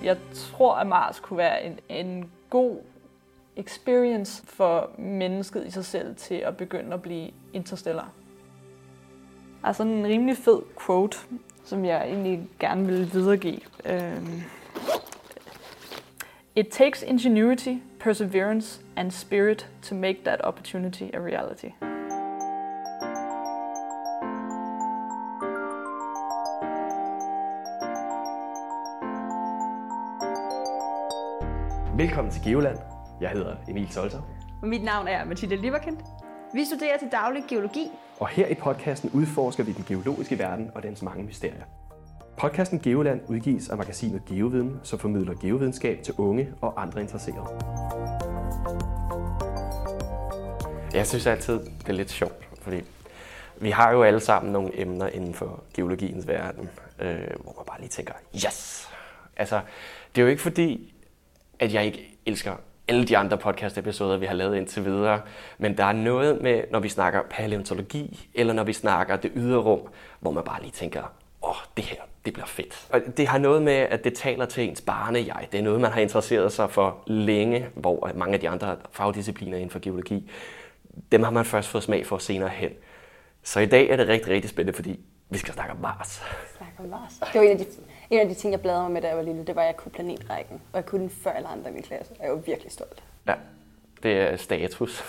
Jeg tror, at Mars kunne være en god experience for mennesket i sig selv til at begynde at blive interstellar. Der er sådan en rimelig fed quote, som jeg egentlig gerne vil videregive. It takes ingenuity, perseverance and spirit to make that opportunity a reality. Velkommen til Geoland. Jeg hedder Emil Solter. Og mit navn er Mathilde Liverkind. Vi studerer til daglig geologi. Og her i podcasten udforsker vi den geologiske verden og dens mange mysterier. Podcasten Geoland udgives af magasinet Geoviden, som formidler geovidenskab til unge og andre interesserede. Jeg synes altid, det er lidt sjovt, fordi vi har jo alle sammen nogle emner inden for geologiens verden, hvor man bare lige tænker, yes! Altså, det er jo ikke fordi, at jeg ikke elsker alle de andre podcast-episoder, vi har lavet indtil videre, men der er noget med, når vi snakker palæontologi, eller når vi snakker det ydre rum, hvor man bare lige tænker, det her, det bliver fedt. Og det har noget med, at det taler til ens barne-jeg. Det er noget, man har interesseret sig for længe, hvor mange af de andre fagdiscipliner inden for geologi, dem har man først fået smag for senere hen. Så i dag er det rigtig, rigtig spændende, fordi vi skal snakke om Mars. Det var en af de ting, jeg bladrede mig med, da jeg var lille. Det var, at jeg kunne planetrækken. Og jeg kunne den før alle andre i min klasse. Og jeg var virkelig stolt. Ja, det er status.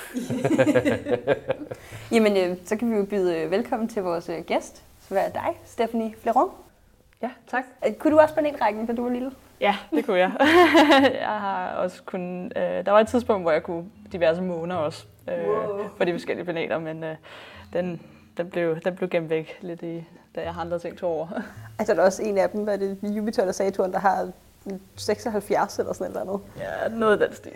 Jamen, så kan vi jo byde velkommen til vores gæst. Så er dig, Stephanie Fleron. Ja, tak. Kunne du også planetrækken, da du var lille? Ja, det kunne jeg. Jeg har også kunnet... der var et tidspunkt, hvor jeg kunne diverse måner også. For de forskellige planeter, men den blev gemt væk lidt da jeg har andre ting tog over. Altså, der er også en af dem, hvad det Jupiter eller Saturn, der har 76 eller sådan noget. Ja, noget af den stil.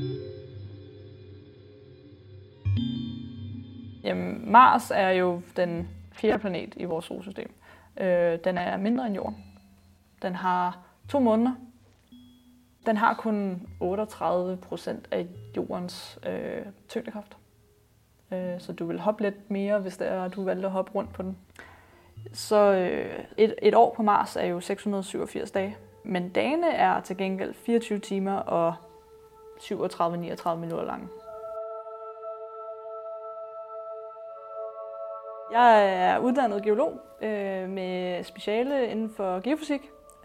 Jamen, Mars er jo den 4. planet i vores solsystem. Den er mindre end Jorden. Den har 2 måneder. Den har kun 38% af Jordens tyngdekraft. Så du vil hoppe lidt mere, hvis det er, at du valgte at hoppe rundt på den. Så et år på Mars er jo 687 dage. Men dagene er til gengæld 24 timer og 37-39 minutter lange. Jeg er uddannet geolog med speciale inden for geofysik.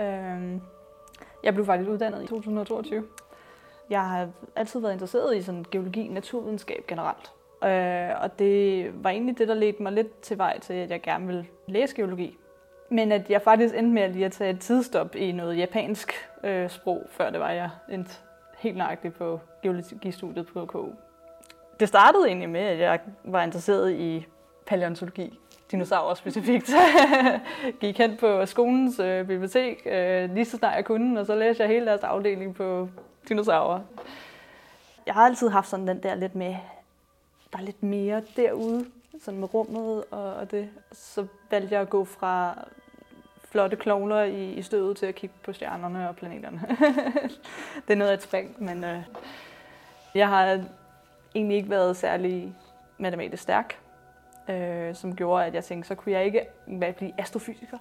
Jeg blev faktisk uddannet i 2022. Jeg har altid været interesseret i sådan geologi, naturvidenskab generelt. Og det var egentlig det, der ledte mig lidt til vej til, at jeg gerne ville læse geologi. Men at jeg faktisk endte med lige at tage et tidsstop i noget japansk sprog, før det var jeg endte helt nøjagtigt på geologistudiet på KU. Det startede egentlig med, at jeg var interesseret i palæontologi, dinosaurer specifikt. Gik hen på skolens bibliotek, lige så snart jeg kunne, og så læste jeg hele deres afdeling på dinosaurer. Jeg har altid haft sådan den der lidt med, der er lidt mere derude, sådan med rummet og det. Så valgte jeg at gå fra flotte knogler i støvet til at kigge på stjernerne og planeterne. Det er noget af et spring, men jeg har egentlig ikke været særlig matematisk stærk, som gjorde, at jeg tænkte, så kunne jeg ikke blive astrofysiker.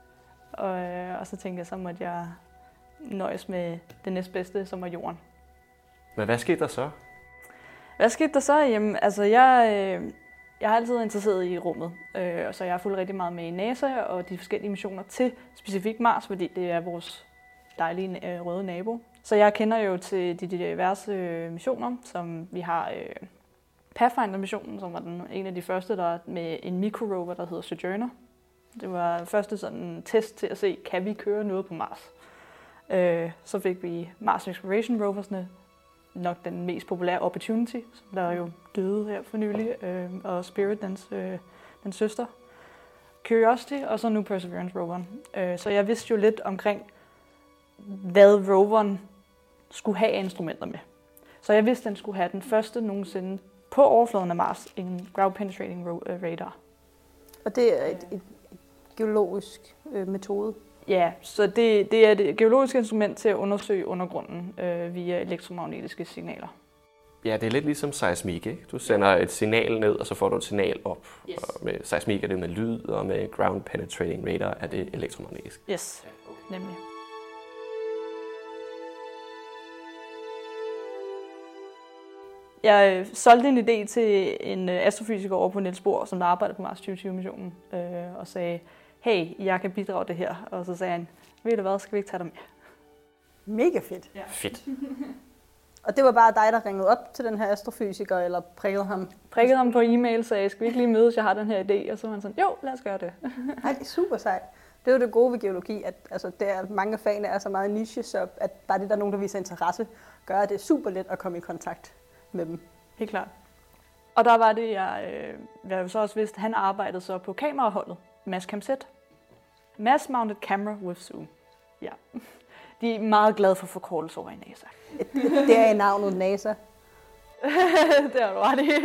Og så tænkte jeg, så måtte jeg nøjes med det næstbedste, som var Jorden. Men hvad skete der så? Hvad skete der så? Jamen, altså jeg har altid været interesseret i rummet, så jeg har fulgt rigtig meget med i NASA og de forskellige missioner til specifikt Mars, fordi det er vores dejlige røde nabo. Så jeg kender jo til de diverse missioner, som vi har Pathfinder-missionen, som var en af de første, der med en mikrorover, der hedder Sojourner. Det var første sådan test til at se, kan vi køre noget på Mars. Så fik vi Mars Exploration Roversne, nok den mest populære Opportunity, som der jo døde her for nylig, og Spirit, dens søster. Curiosity, og så nu Perseverance roveren. Så jeg vidste jo lidt omkring, hvad roveren skulle have instrumenter med. Så jeg vidste, at den skulle have den første nogensinde på overfladen af Mars, en ground penetrating radar. Og det er et geologisk metode? Ja, så det er et geologisk instrument til at undersøge undergrunden via elektromagnetiske signaler. Ja, det er lidt ligesom seismik, ikke? Du sender et signal ned, og så får du et signal op. Yes. Og med seismik er det med lyd, og med ground penetrating radar er det elektromagnetisk. Yes, nemlig. Jeg solgte en idé til en astrofysiker over på Niels Bohr, som der arbejdede på Mars 2020-missionen, og sagde, hey, jeg kan bidrage det her. Og så sagde han, ved du hvad, skal vi ikke tage dig med? Mega fedt. Ja. Fedt. Og det var bare dig, der ringede op til den her astrofysiker, eller prikkede ham? Prikkede ham på e-mail, sagde, skal vi ikke lige mødes, jeg har den her idé? Og så var han sådan, jo, lad os gøre det. Nej, det er super sejt. Det er jo det gode ved geologi, at altså, mange af fagene er så meget niche, så at bare det, der er nogen, der viser interesse, gør, at det er super let at komme i kontakt med dem. Helt klart. Og der var det, jeg jo så også vidste, han arbejdede så på kameraholdet, Mastcam Z. Mass Mounted Camera with Zoom. Ja. De er meget glade for forkortelser over i NASA. Det er i navnet NASA. Det har du ret i.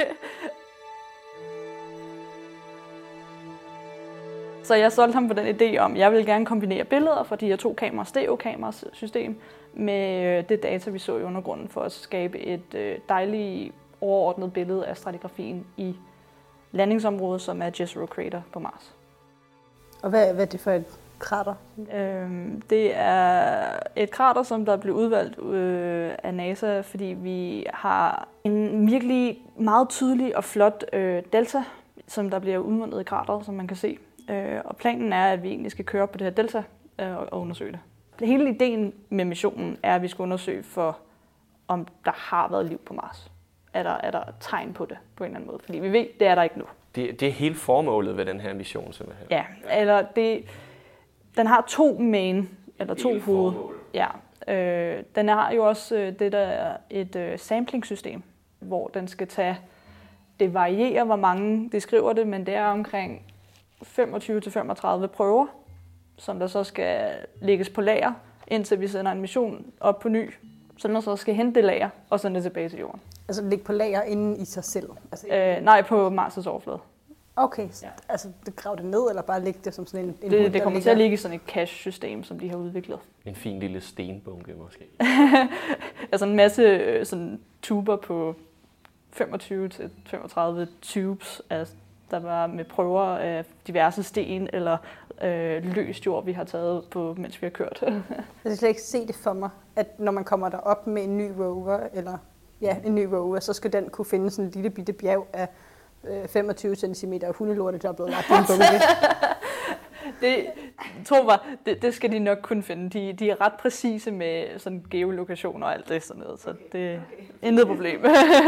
Så jeg solgte ham på den idé om, at jeg ville gerne kombinere billeder fra de her 2 kameraer, stereokameras system, med det data, vi så i undergrunden, for at skabe et dejligt overordnet billede af stratigrafien i landingsområdet, som er Jezero Crater på Mars. Og hvad er det for et krater? Det er et krater, som der blev udvalgt af NASA, fordi vi har en virkelig meget tydelig og flot delta, som der bliver udmundet i krateret, som man kan se. Og planen er, at vi egentlig skal køre op på det her delta og undersøge det. Hele ideen med missionen er, at vi skal undersøge for, om der har været liv på Mars. Er der tegn på det på en eller anden måde? Fordi vi ved, det er der ikke nu. Det er helt formålet ved den her mission, simpelthen. Ja, eller den har 2 main, eller 2 hoved. Ja, den har jo også det, der er et sampling-system, hvor den skal tage, det varierer, hvor mange de skriver det, men det er omkring 25-35 prøver, som der så skal lægges på lager, indtil vi sender en mission op på ny, så den så skal hente det lager og sende det tilbage til jorden. Altså ligge på lager inden i sig selv? Altså, nej, på Mars' overflade. Okay, ja. Altså det graver det ned, eller bare lægge det som sådan en det kommer til at ligge i sådan et cache-system, som de har udviklet. En fin lille stenbunke måske. Altså en masse sådan tuber på 25-35 tubes, altså, der var med prøver af diverse sten eller løst jord, vi har taget på, mens vi har kørt. Jeg kan slet ikke se det for mig, at når man kommer derop med en ny rover, så skal den kunne finde sådan en lille bitte bjerg af 25 cm af hundelorte, der er blevet lagt i en bunke. Det skal de nok kunne finde. De er ret præcise med sådan geolokation og alt det sådan noget, så det er intet problem.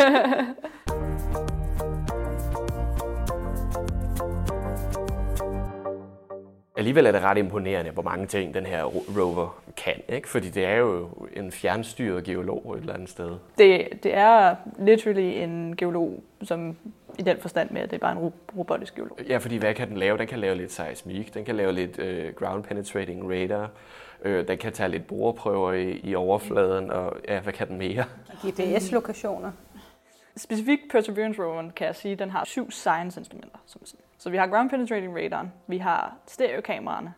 Alligevel er det ret imponerende, hvor mange ting den her rover kan, ikke? Fordi det er jo en fjernstyret geolog et eller andet sted. Det er literally en geolog, som i den forstand med, at det er bare en robotisk geolog. Ja, fordi hvad kan den lave? Den kan lave lidt seismik, den kan lave lidt ground penetrating radar, den kan tage lidt boreprøver i overfladen, og ja, hvad kan den mere? GPS-lokationer. Specifikt Perseverance roveren kan jeg sige, at den har 7 science-instrumenter. Så vi har ground penetrating radaren, vi har stereokameraerne,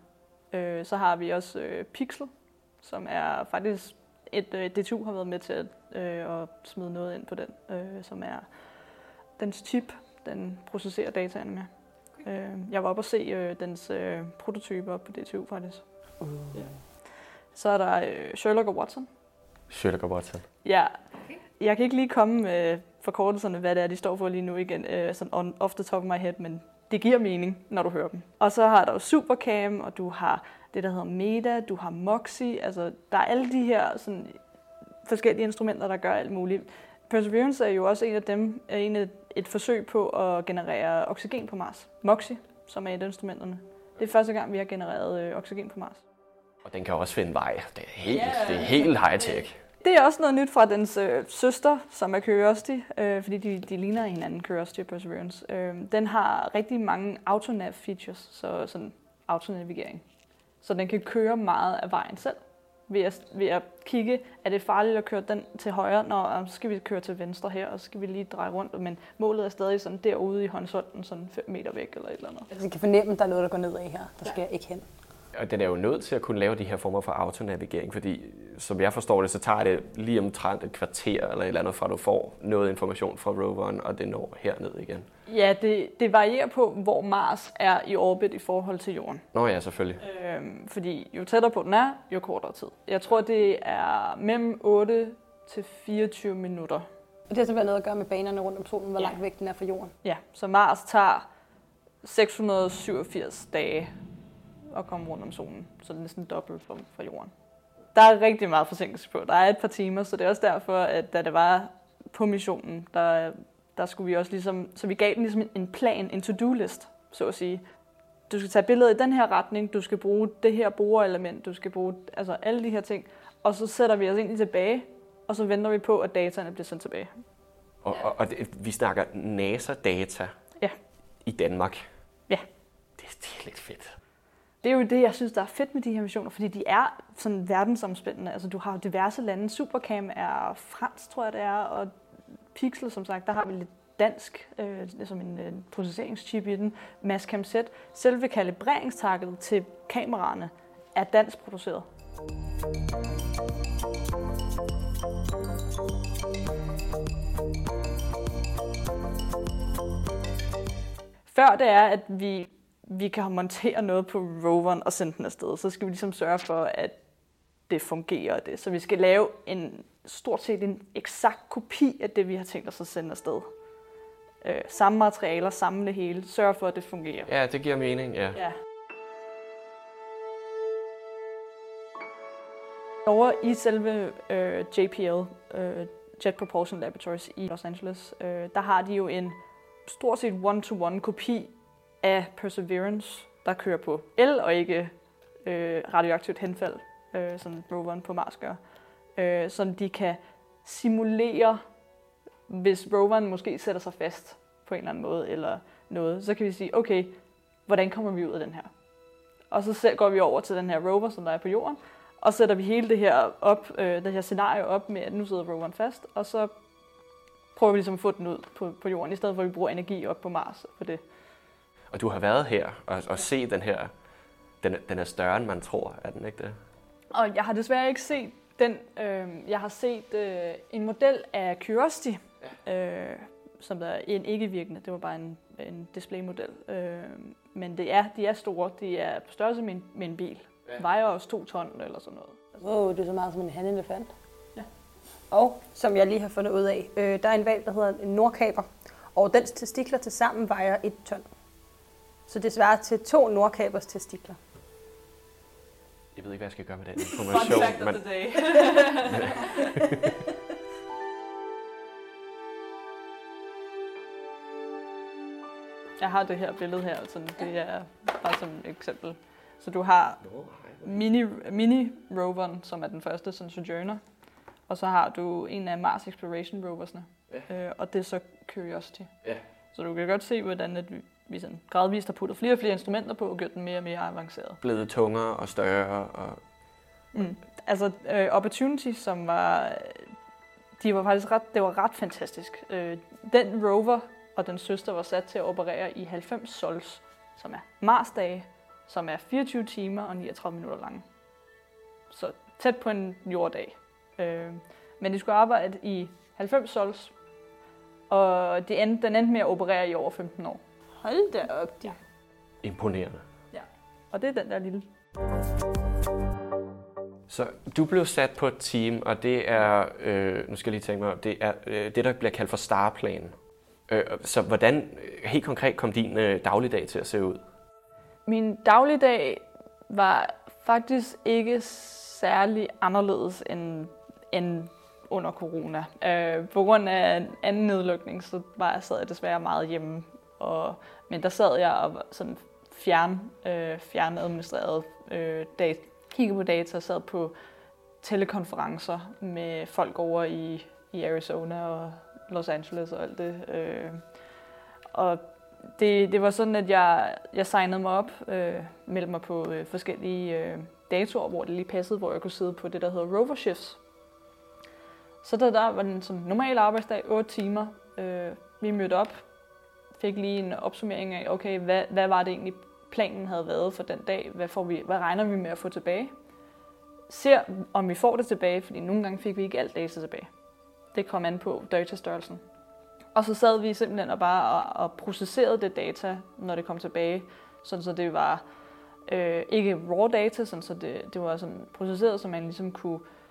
så har vi også Pixel, som er faktisk DTU har været med til at smide noget ind på den, som er dens chip, den processerer dataene med. Jeg var oppe og se dens prototyper på DTU faktisk. Ja. Så er der Sherlock og Watson. Sherlock og Watson. Ja, jeg kan ikke lige komme med forkortelserne, hvad det er, de står for lige nu igen, sådan off the top of my head, men det giver mening, når du hører dem. Og så har der jo Supercam, og du har det, der hedder Meta, du har Moxie, altså der er alle de her sådan, forskellige instrumenter, der gør alt muligt. Perseverance er jo også en af dem, et forsøg på at generere oxygen på Mars. Moxie, som er et af instrumenterne. Det er første gang, vi har genereret oxygen på Mars. Og den kan også finde vej. Det er helt high-tech. Det er også noget nyt fra dens søster, som er Curiosity, fordi de ligner hinanden, Curiosity og Perseverance. Den har rigtig mange autonav features, så sådan autonavigering. Så den kan køre meget af vejen selv. Ved at kigge, er det farligt at køre den til højre, så skal vi køre til venstre her, og så skal vi lige dreje rundt. Men målet er stadig sådan derude i håndholden, sådan 5 meter væk eller et eller andet. Altså, I kan fornemme, at der er noget, der går nedad her. Der skal jeg ikke hen. Og den er jo nødt til at kunne lave de her former for autonavigering, fordi som jeg forstår det, så tager det lige omtrent et kvarter eller et eller andet, fra du får noget information fra roveren, og det når herned igen. Ja, det varierer på, hvor Mars er i orbit i forhold til Jorden. Nå ja, selvfølgelig. Fordi jo tættere på den er, jo kortere tid. Jeg tror, det er mellem 8 til 24 minutter Og det har simpelthen noget at gøre med banerne rundt om solen, hvor langt væk den er fra jorden. Ja, så Mars tager 687 dage at komme rundt om solen, så det er næsten dobbelt fra jorden. Der er rigtig meget forsinkelse på. Der er et par timer, så det er også derfor, at da det var på missionen, der skulle vi også ligesom, så vi gav den ligesom en plan, en to-do-list, så at sige. Du skal tage billedet i den her retning, du skal bruge det her boreelement, du skal bruge altså alle de her ting, og så sætter vi os egentlig tilbage, og så venter vi på, at dataene bliver sendt tilbage. Og vi snakker NASA-data i Danmark. Ja. Det er lidt fedt. Det er jo det, jeg synes, der er fedt med de her missioner, fordi de er sådan verdensomspændende. Altså, du har diverse lande. Supercam er fransk, tror jeg det er, og Pixel, som sagt, der har vi lidt dansk, som en processeringschip i den. Mastcam Z. Selve kalibreringstakket til kameraerne er dansk produceret. Før det er, at vi kan montere noget på roveren og sende den afsted, så skal vi ligesom sørge for, at det fungerer det. Så vi skal lave stort set en eksakt kopi af det, vi har tænkt os at sende afsted. Samme materialer, samme det hele. Sørge for, at det fungerer. Ja, det giver mening, ja. Over i selve JPL, Jet Propulsion Laboratories i Los Angeles, der har de jo en stort set one-to-one kopi af Perseverance, der kører på el og ikke radioaktivt henfald, som roveren på Mars gør. Som de kan simulere, hvis roveren måske sætter sig fast på en eller anden måde eller noget, så kan vi sige, okay, hvordan kommer vi ud af den her? Og så går vi over til den her rover, som der er på jorden, og sætter vi hele det her op, det her scenarie op med, at nu sidder roveren fast, og så prøver vi ligesom at få den ud på jorden, i stedet for at vi bruger energi op på Mars på det. Og du har været her og se den her, den er større, end man tror, er den ikke det? Og jeg har desværre ikke set den. Jeg har set en model af Curiosity, som der er en ikke-virkende. Det var bare en displaymodel. Men de er store. De er på størrelse med en bil. Vejer også 2 ton eller sådan noget. Det er så meget som en hanelefant. Ja. Og som jeg lige har fundet ud af, der er en hval, der hedder en nordkaper. Og dens testikler til sammen vejer 1 ton. Så det svarer til 2 nordkabers testikler. Jeg ved ikke, hvad jeg skal gøre med den information. Fun fact of the day. Jeg har det her billede her, så det er bare som et eksempel. Så du har mini-roveren, som er den første, sådan Sojourner. Og så har du en af Mars Exploration Roversne, og det er så Curiosity. Ja. Så du kan godt se, hvordan at vi sådan gradvist har puttet flere og flere instrumenter på og gjort den mere og mere avanceret. Blevet tungere og større. Og... Altså Opportunity, som var... Det var ret fantastisk. Den rover og den søster var sat til at operere i 90 sols, som er Mars-dage, som er 24 timer og 39 minutter lange. Så tæt på en jorddag. Men de skulle arbejde i 90 sols, og den endte med at operere i over 15 år. Hold da op, ja. Imponerende. Ja, og det er den der lille. Så du blev sat på et team, og det er, nu skal jeg lige tænke mig, det er det, der bliver kaldt for Starplanen. Så hvordan helt konkret kom din dagligdag til at se ud? Min dagligdag var faktisk ikke særlig anderledes end under corona. På grund af en anden nedlukning, så sad jeg desværre meget hjemme. Men der sad jeg og sådan fjernadministreret kiggede på data og sad på telekonferencer med folk over i Arizona og Los Angeles og alt det. Og det var sådan, at jeg signede mig op, meldte mig på forskellige datoer, hvor det lige passede, hvor jeg kunne sidde på det, der hedder rover shifts. Så der var en sådan normal arbejdsdag, 8 timer. Vi mødte op, fik lige en opsummering af, okay, hvad var det egentlig planen havde været for den dag? Hvad regner vi med at få tilbage? Ser, om vi får det tilbage, fordi nogle gange fik vi ikke alt data tilbage. Det kom an på datastørrelsen. Og så sad vi simpelthen og processerede det data, når det kom tilbage, sådan så det var ikke raw data, sådan så det var sådan processeret, så man ligesom kunne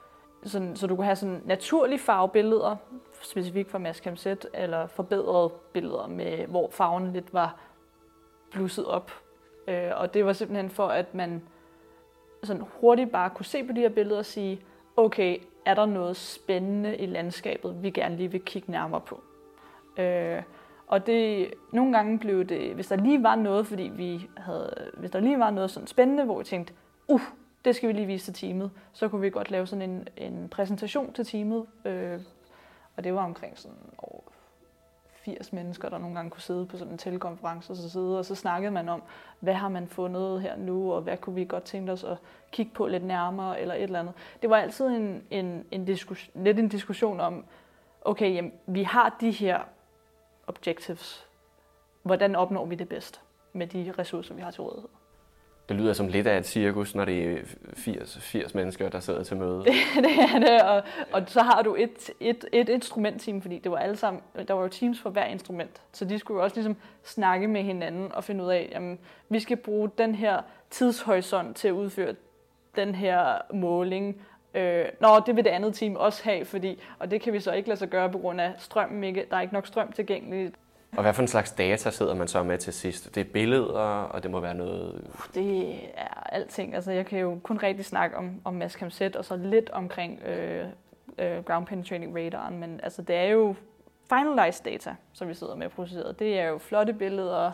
så du kunne have sådan naturlige farvebilleder, specifikt fra Mastcam Z, eller forbedrede billeder, hvor farverne lidt var blusset op. Og det var simpelthen for, at man sådan hurtigt bare kunne se på de her billeder og sige, okay, er der noget spændende i landskabet, vi gerne lige vil kigge nærmere på. Og nogle gange blev det, hvis der lige var noget, hvis der lige var noget sådan spændende, hvor vi tænkte, det skal vi lige vise til teamet, så kunne vi godt lave sådan en præsentation til teamet. Og det var omkring sådan over 80 mennesker, der nogle gange kunne sidde på sådan en telekonference og så snakkede man om, hvad har man fundet her nu, og hvad kunne vi godt tænke os at kigge på lidt nærmere, eller et eller andet. Det var altid en diskussion om, okay, jamen, vi har de her objectives. Hvordan opnår vi det bedst med de ressourcer, vi har til rådighed? Det lyder som lidt af et cirkus, når det er 80 mennesker, der sidder til møde. Det er det, og så har du et instrumentteam, fordi det var alle sammen, der var jo teams for hver instrument. Så de skulle jo også ligesom snakke med hinanden og finde ud af, jamen, vi skal bruge den her tidshorisont til at udføre den her måling. Det vil det andet team også have, og det kan vi så ikke lade sig gøre på grund af strømmen. Der er ikke nok strøm tilgængeligt. Og hvad for en slags data sidder man så med til sidst? Det er billeder, og det må være noget... Det er alting. Altså, jeg kan jo kun rigtig snakke om Mastcam Z, og så lidt omkring ground penetrating radaren, men altså, det er jo finalized data, som vi sidder med at processere. Det er jo flotte billeder.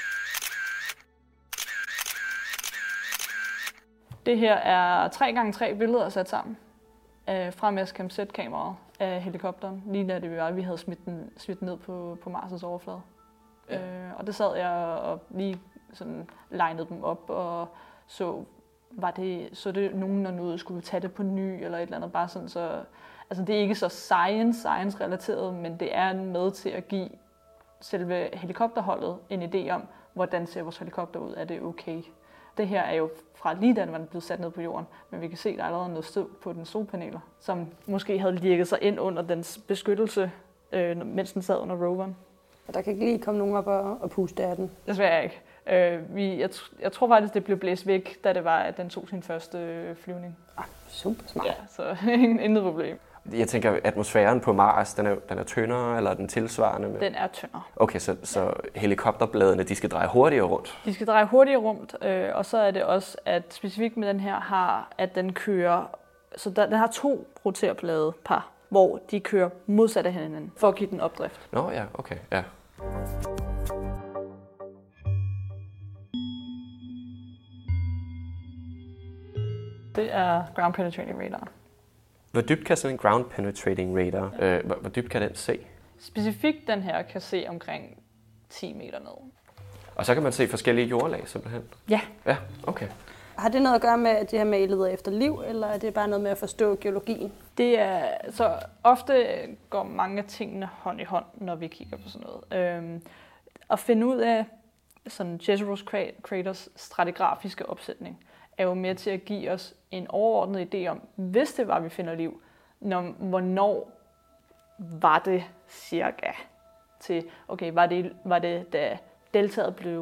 Det her er 3x3 billeder sat sammen fra Mastcam Z-kameraet af helikopteren, lige da vi havde smidt den ned på Mars' overflade. Ja. Og det sad jeg og lige sådan linede dem op og så det nogen, der nu skulle tage det på ny eller et eller andet, bare sådan så. Altså det er ikke så science-relateret, men det er med til at give selve helikopterholdet en idé om, hvordan ser vores helikopter ud, er det okay? Det her er jo fra lige da den var blevet sat ned på jorden, men vi kan se, at der er allerede noget støv på den solpaneler, som måske havde lirket sig ind under dens beskyttelse, mens den sad under roveren. Og der kan ikke lige komme nogen op og puste af den? Desværre ikke. Jeg tror faktisk, det blev blæst væk, da det var, at den tog sin første flyvning. Super smart. Ja, så intet problem. Jeg tænker, atmosfæren på Mars, den er tyndere, eller er den tilsvarende? Den er tyndere. Okay, så helikopterbladene, de skal dreje hurtigere rundt? De skal dreje hurtigere rundt, og så er det også, at specifikt med den her, at den kører, så den har 2 roterblade par, hvor de kører modsat af hinanden, for at give den opdrift. Nå ja, okay, ja. Det er ground penetrating radar. Hvor dybt kan sådan en ground penetrating radar, hvor dybt kan den se? Specifikt den her kan se omkring 10 meter ned. Og så kan man se forskellige jordlag simpelthen? Ja. Ja, okay. Har det noget at gøre med, at det her med, at I leder efter liv, eller er det bare noget med at forstå geologien? Det er, så ofte går mange af tingene hånd i hånd, når vi kigger på sådan noget. At finde ud af sådan Jezero Craters stratigrafiske opsætning er jo med til at give os en overordnet idé om, hvis det var, vi finder liv, hvornår var det cirka til, okay, var det da deltaet blev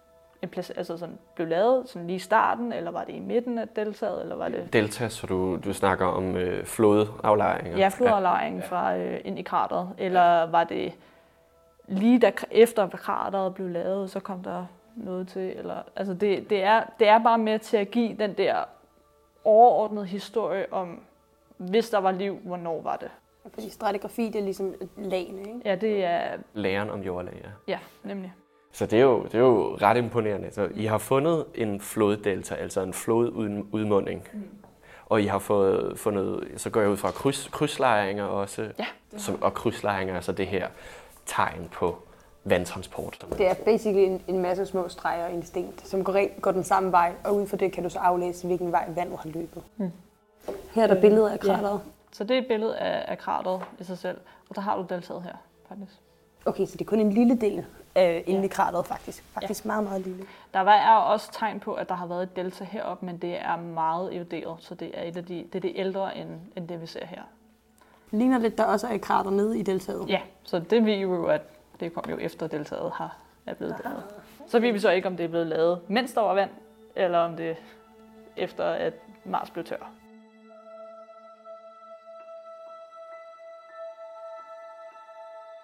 lavet sådan lige i starten, eller var det i midten af deltaet, eller var det... Delta, så du snakker om flodaflejringer? Ja, flodaflejringen fra ind i krateret, eller var det lige efter krateret blev lavet, så kom der noget til, eller... Altså det er bare med til at give den der overordnede historie om, hvis der var liv, hvornår var det. Fordi stratigrafi, det er ligesom lagene, ikke? Ja, det er... Læren om jordlag, ja. Ja, nemlig. Så det er jo ret imponerende. Så I har fundet en floddelta, altså en flodudmunding. Og I har fundet, så går jeg ud fra krydslejringer også. Ja. Og krydslejringer er så det her tegn på vandtransport. Det er basically en masse små streger i en sten, som går den samme vej, og ud fra det kan du så aflæse, hvilken vej vandet har løbet. Her er der billeder af krateret. Ja. Så det er et billede af krateret i sig selv, og der har du deltaget her, faktisk. Okay, så det er kun en lille del inde i krateret, faktisk. Faktisk meget, meget lille. Der er også tegn på, at der har været et delta heroppe, men det er meget eroderet, så det er det ældre end det, vi ser her. Ligner lidt, der også er et krater nede i deltaet. Ja, så det viser jo, at det kom jo efter deltaet er blevet lavet. Så ved vi så ikke, om det er blevet lavet, mens der var vand, eller om det efter, at Mars blev tør.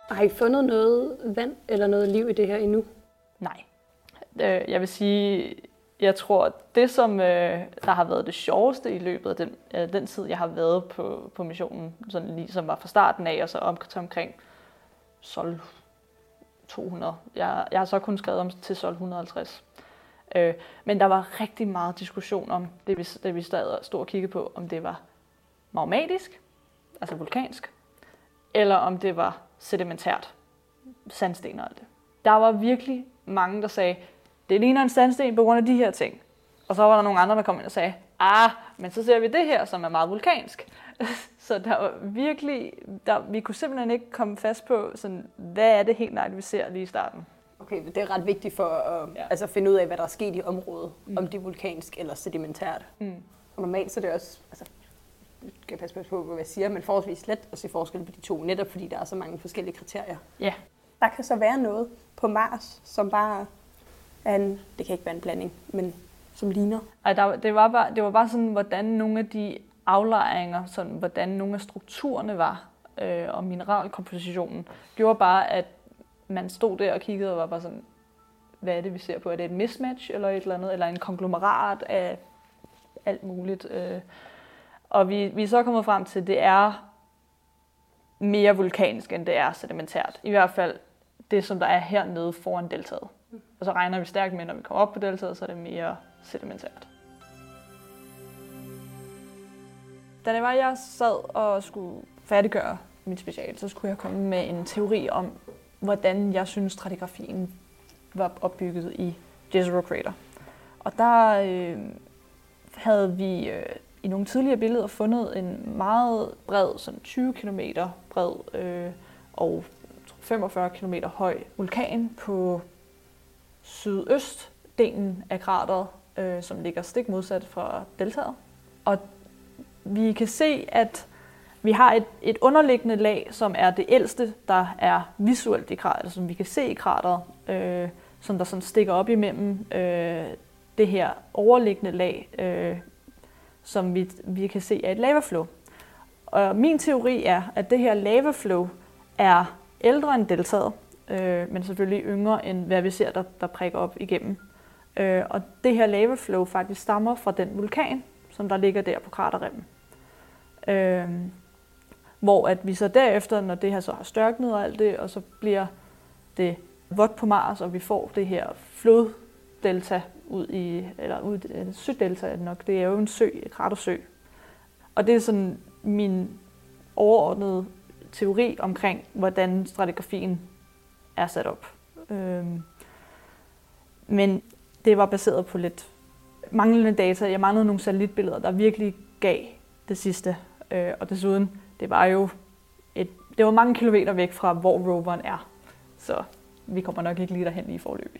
Har I fundet noget vand eller noget liv i det her endnu? Nej. Jeg vil sige, jeg tror, det som der har været det sjoveste i løbet af den tid, jeg har været på missionen, sådan ligesom var fra starten af, og så omkring Sol 200. Jeg har så kun skrevet om til Sol 150. Men der var rigtig meget diskussion om det, vi stod og kiggede på, om det var magmatisk, altså vulkansk, eller om det var sedimentært, sandsten og alt det. Der var virkelig mange, der sagde, det ligner en sandsten på grund af de her ting. Og så var der nogle andre, der kom ind og sagde, men så ser vi det her, som er meget vulkansk. Så der var virkelig, vi kunne simpelthen ikke komme fast på, sådan, hvad er det helt nøjagtigt, vi ser lige i starten. Okay, det er ret vigtigt for at finde ud af, hvad der er sket i området, om det er vulkansk eller sedimentært. Og normalt så er det også, skal jeg passe på, hvad jeg siger, men forholdsvis let at se forskel på de to, netop fordi der er så mange forskellige kriterier. Ja. Der kan så være noget på Mars, som bare er det kan ikke være en blanding, men som ligner. Det var bare sådan, hvordan nogle af de aflejringer, sådan, hvordan nogle af strukturerne var, og mineralkompositionen, gjorde bare, at man stod der og kiggede og var bare sådan, hvad er det, vi ser på? Er det et mismatch eller et eller andet, eller en konglomerat af alt muligt? Og vi er så kommet frem til, at det er mere vulkansk, end det er sedimentært. I hvert fald det, som der er hernede foran deltaet. Og så regner vi stærkt med, når vi kommer op på deltaet, så er det mere sedimentært. Da det var, jeg sad og skulle færdiggøre mit speciale, så skulle jeg komme med en teori om, hvordan jeg synes stratigrafien var opbygget i Jezero Crater. Og der havde vi i nogle tidligere billeder fundet en meget bred, sådan 20 km bred og 45 km høj vulkan på sydøstdelen af krateret, som ligger stik modsat fra deltaet. Og vi kan se, at vi har et underliggende lag, som er det ældste, der er visuelt i krateret, som vi kan se i krateret, som der sådan stikker op imellem det her overliggende lag, som vi kan se er et lavaflow. Og min teori er, at det her lavaflow er ældre end deltaet, men selvfølgelig yngre end hvad vi ser, der prikker op igennem. Og det her lavaflow faktisk stammer fra den vulkan, som der ligger der på kraterrimmen. Hvor at vi så derefter, når det her så har størknet og alt det, og så bliver det vådt på Mars, og vi får det her floddelta ud i sødelta er det nok. Det er jo en sø, et kratersø. Og det er sådan min overordnede teori omkring, hvordan stratigrafien er sat op. Men det var baseret på lidt manglende data. Jeg manglede nogle satellitbilleder, der virkelig gav det sidste. Og desuden, det var mange kilometer væk fra, hvor roveren er. Så vi kommer nok ikke lige derhen lige foreløbig.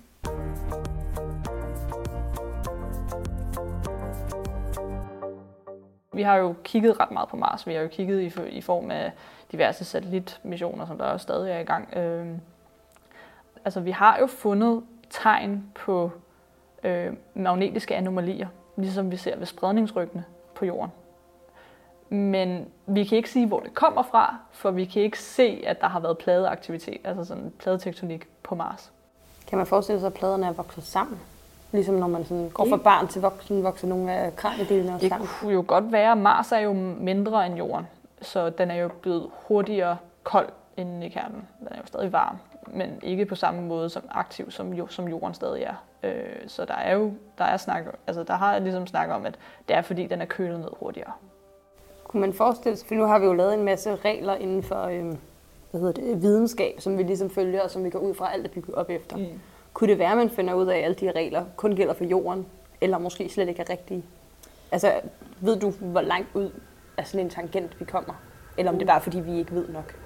Vi har jo kigget ret meget på Mars. Vi har jo kigget i form af diverse satellitmissioner, som der også stadig er i gang. Vi har jo fundet tegn på magnetiske anomalier, ligesom vi ser ved spredningsryggene på jorden. Men vi kan ikke sige, hvor det kommer fra, for vi kan ikke se, at der har været pladeaktivitet, altså sådan pladetektonik på Mars. Kan man forestille sig, at pladerne er vokset sammen? Ligesom når man sådan går fra barn til voksen, vokser nogle af kraniedelene også sammen? Det kunne jo godt være. Mars er jo mindre end jorden, så den er jo blevet hurtigere kold inde i kernen. Den er jo stadig varm, men ikke på samme måde som aktiv, som jorden stadig er. Så der har ligesom snak om, at det er fordi, den er kølet ned hurtigere. Kunne man forestille sig, for nu har vi jo lavet en masse regler inden for videnskab, som vi ligesom følger, og som vi går ud fra alt er bygget op efter. Kunne det være, at man finder ud af, at alle de regler kun gælder for jorden, eller måske slet ikke er rigtige? Altså, ved du, hvor langt ud af sådan en tangent vi kommer? Eller om det er bare, fordi vi ikke ved nok?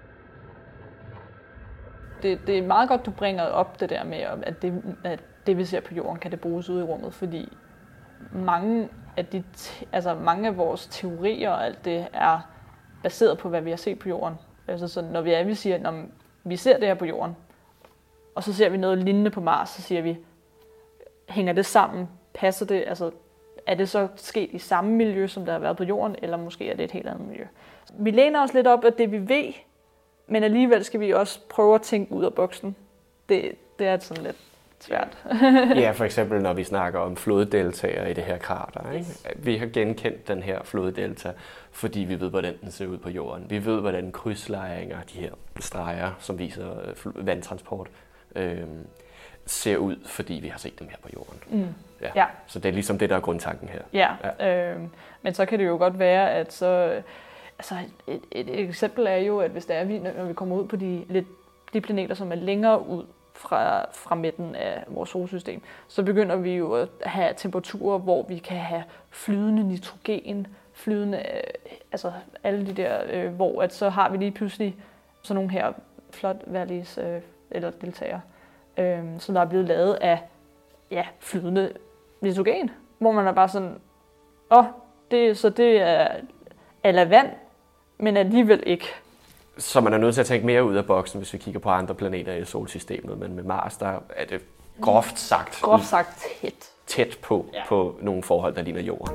Det er meget godt, du bringer op det der med, at det vi ser på jorden, kan det bruges ude i rummet, fordi mange af vores teorier og alt det er baseret på, hvad vi har set på jorden. Altså så når vi siger, når vi ser det her på jorden, og så ser vi noget lignende på Mars, så siger vi, hænger det sammen? Passer det? Altså, er det så sket i samme miljø, som der har været på jorden, eller måske er det et helt andet miljø? Vi læner os lidt op af det, vi ved Men alligevel skal vi også prøve at tænke ud af boksen. Det er sådan lidt svært. Ja, for eksempel når vi snakker om floddeltaer i det her krater. Ikke? Vi har genkendt den her floddelta, fordi vi ved, hvordan den ser ud på jorden. Vi ved, hvordan krydslejringer, de her streger, som viser vandtransport, ser ud, fordi vi har set dem her på jorden. Ja. Så det er ligesom det, der er grundtanken her. Ja. Men så kan det jo godt være, at så... Altså et eksempel er jo, at hvis det er, når vi kommer ud på de planeter, som er længere ud fra midten af vores solsystem, så begynder vi jo at have temperaturer, hvor vi kan have flydende nitrogen, flydende, altså alle de der, hvor at så har vi lige pludselig sådan nogle her flood valleys eller deltager, som der er blevet lavet af flydende nitrogen, hvor man er bare sådan, det er eller vand, men alligevel ikke. Så man er nødt til at tænke mere ud af boksen, hvis vi kigger på andre planeter i solsystemet. Men med Mars, der er det groft sagt tæt på nogle forhold, der ligner jorden.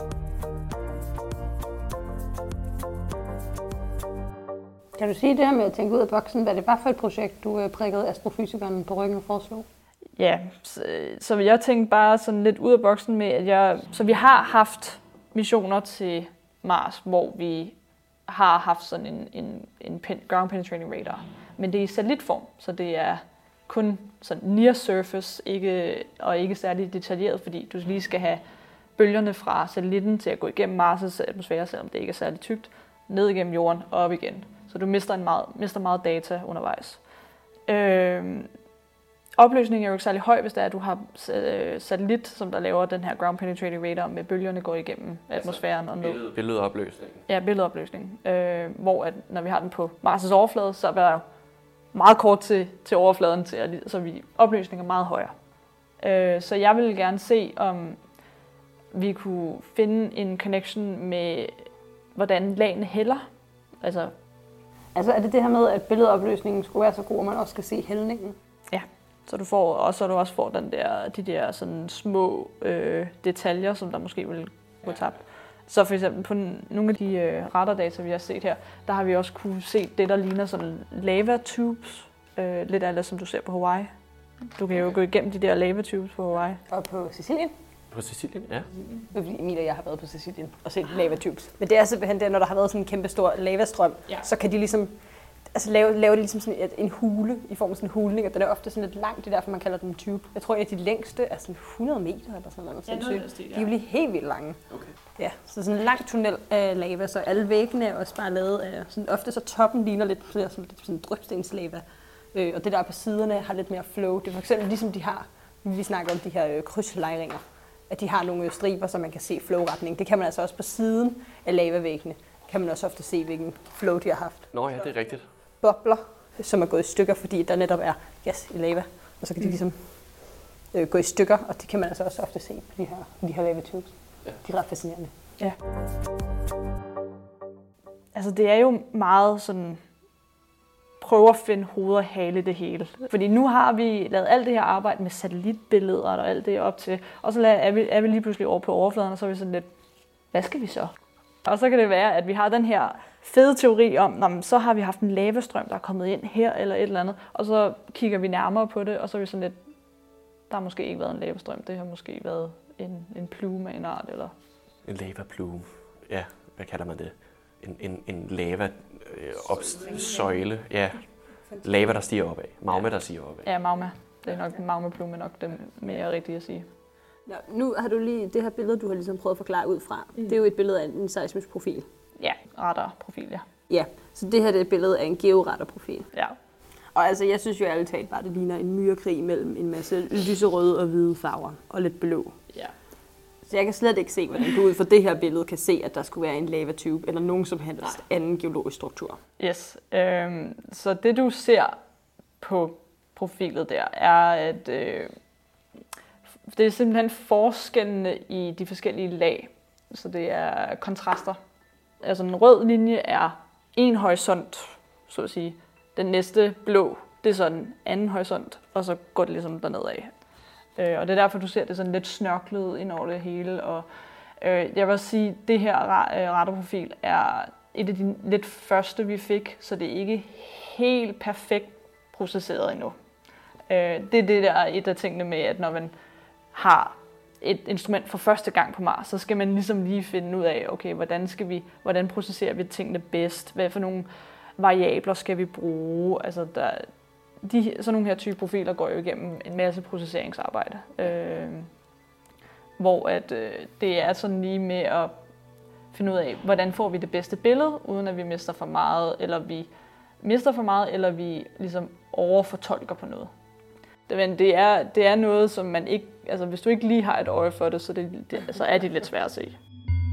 Kan du sige det her med at tænke ud af boksen? Hvad det var for et projekt, du prikkede astrofysikeren på ryggen og foreslog? Ja, så jeg tænkte bare sådan lidt ud af boksen med, at så vi har haft missioner til Mars, hvor vi har haft sådan en ground penetrating radar. Men det er i satellitform, så det er kun sådan near surface, ikke særlig detaljeret, fordi du lige skal have bølgerne fra satellitten til at gå igennem Mars' atmosfære, selvom det ikke er særlig tykt, ned igennem jorden og op igen. Så du mister meget data undervejs. Opløsningen er jo ikke særlig høj, hvis det er, at du har satellit, som der laver den her ground penetrating radar med bølgerne går igennem atmosfæren og ned. Billedopløsning. Ja, billedopløsning. Hvor at, når vi har den på Mars' overflade, så er der jo meget kort til overfladen, så opløsningen er meget højere. Så jeg ville gerne se, om vi kunne finde en connection med, hvordan lagene hælder. Altså er det det her med, at billedopløsningen skulle være så god, at man også skal se hældningen? Ja, så du også får de der sådan små detaljer, som der måske vil gå tabt. Så for eksempel på nogle af de radardata, vi har set her, der har vi også kunne se det, der ligner sådan lava tubes, lidt af det, som du ser på Hawaii. Du kan jo gå igennem de der lava tubes på Hawaii. Og på Sicilien? På Sicilien, ja. Emil og jeg har været på Sicilien og set lava tubes. Men det er simpelthen det, når der har været sådan en kæmpe stor lavastrøm, så kan de ligesom lave det ligesom sådan en hule i form af sådan en hulning, og den er ofte sådan lidt lang, det er derfor man kalder den en tube. Jeg tror, at de længste er sådan 100 meter eller sådan noget. Ja, de er jo lige helt vildt lange. Okay. Ja, så sådan en lang tunnel af lava, så alle væggene er også bare lavet af sådan ofte så toppen ligner lidt sådan drøbstenslava. Og det der på siderne har lidt mere flow. Det er for eksempel ligesom de har, vi snakker om de her krydslejringer, at de har nogle striber, så man kan se flowretning. Det kan man altså også på siden af lavavæggene. Kan man også ofte se, hvilken flow de har haft. Nå ja, det er rigtigt. Bobler, som er gået i stykker, fordi der netop er gas i lava. Og så kan de ligesom gå i stykker, og det kan man altså også ofte se på de her lava tubes. Ja. De er ret fascinerende. Ja. Altså det er jo meget sådan, prøve at finde hoved og hale i det hele. Fordi nu har vi lavet alt det her arbejde med satellitbilleder og alt det op til, og så er vi lige pludselig over på overfladen, og så er vi sådan lidt, hvad skal vi så? Og så kan det være, at vi har den her fede teori om, så har vi haft en lavastrøm, der er kommet ind her eller et eller andet, og så kigger vi nærmere på det, og så er vi sådan lidt, der har måske ikke været en lavastrøm, det har måske været en plume af en art, eller... En lavaplume, ja, hvad kalder man det? En lava søjle, ja, lava, der stiger opad, magma, der stiger opad. Ja, magma. Det er nok magmaplume, nok det mere rigtigt at sige. Ja, nu har du lige det her billede, du har ligesom prøvet at forklare ud fra. Det er jo et billede af en seismisk profil. Ja, radarprofil, ja. Ja, så det her det er et billede af en georadarprofil. Ja. Og altså, jeg synes jo ærligt talt bare, det ligner en myrekrig mellem en masse lyserøde og hvide farver og lidt blå. Ja. Så jeg kan slet ikke se, hvordan du ud fra det her billede kan se, at der skulle være en lavatube eller nogen som helst anden geologisk struktur. Yes. Så det du ser på profilet der, er at det er simpelthen forskellene i de forskellige lag. Så det er kontraster. Altså en rød linje er en horisont, så at sige. Den næste blå, det er sådan en anden horisont, og så går det ligesom derned af. Og det er derfor, du ser det sådan lidt snørklet ind over det hele. Og jeg vil sige, at det her radarprofil er et af de lidt første, vi fik, så det er ikke helt perfekt processeret endnu. Det er det der et af tingene med, at når man har et instrument for første gang på Mars, så skal man ligesom lige finde ud af, okay, hvordan processerer vi tingene bedst? Hvad for nogle variabler skal vi bruge? Altså, sådan nogle her type profiler går jo igennem en masse processeringsarbejde. Hvor det er sådan lige med at finde ud af, hvordan får vi det bedste billede, uden at vi mister for meget, eller vi ligesom overfortolker på noget. Men det er noget, som man ikke, altså hvis du ikke lige har et øje for det, så er det lidt svært at se.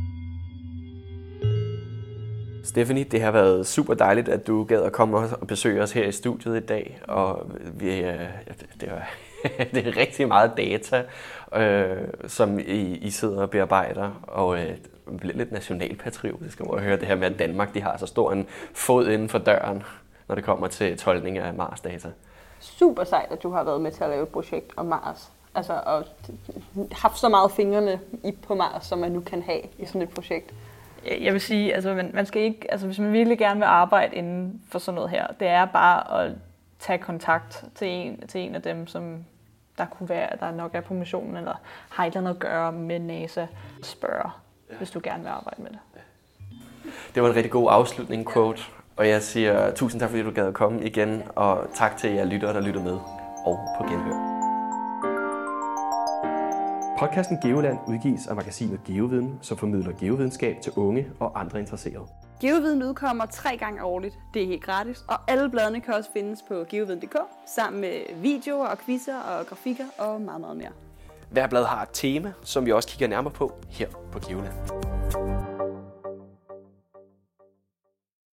Stephanie, det har været super dejligt, at du gad at komme og besøge os her i studiet i dag. Og det er rigtig meget data, som I sidder og bearbejder. Og bliver lidt nationalpatriotisk over at høre det her med, at Danmark de har så stor en fod inden for døren, når det kommer til tolkning af Mars-data. Super sejt, at du har været med til at lave et projekt om Mars. Altså, og haft så meget fingrene på Mars, som man nu kan have i sådan et projekt. Jeg vil sige, altså man skal ikke, altså hvis man virkelig gerne vil arbejde inden for sådan noget her, det er bare at tage kontakt til en af dem, som der kunne være, der nok er på missionen, eller har et eller andet at gøre med NASA. Spørg, hvis du gerne vil arbejde med det. Det var en rigtig god afslutning, quote. Og jeg siger tusind tak, fordi du gad at komme igen, og tak til jer lyttere, der lytter med, og på genhør. Podcasten Geoland udgives af magasinet Geoviden, som formidler geovidenskab til unge og andre interesserede. Geoviden udkommer 3 gange årligt. Det er helt gratis, og alle bladene kan også findes på geoviden.dk, sammen med videoer og quizzer og grafikker og meget, meget mere. Hver blad har et tema, som vi også kigger nærmere på her på Geoland.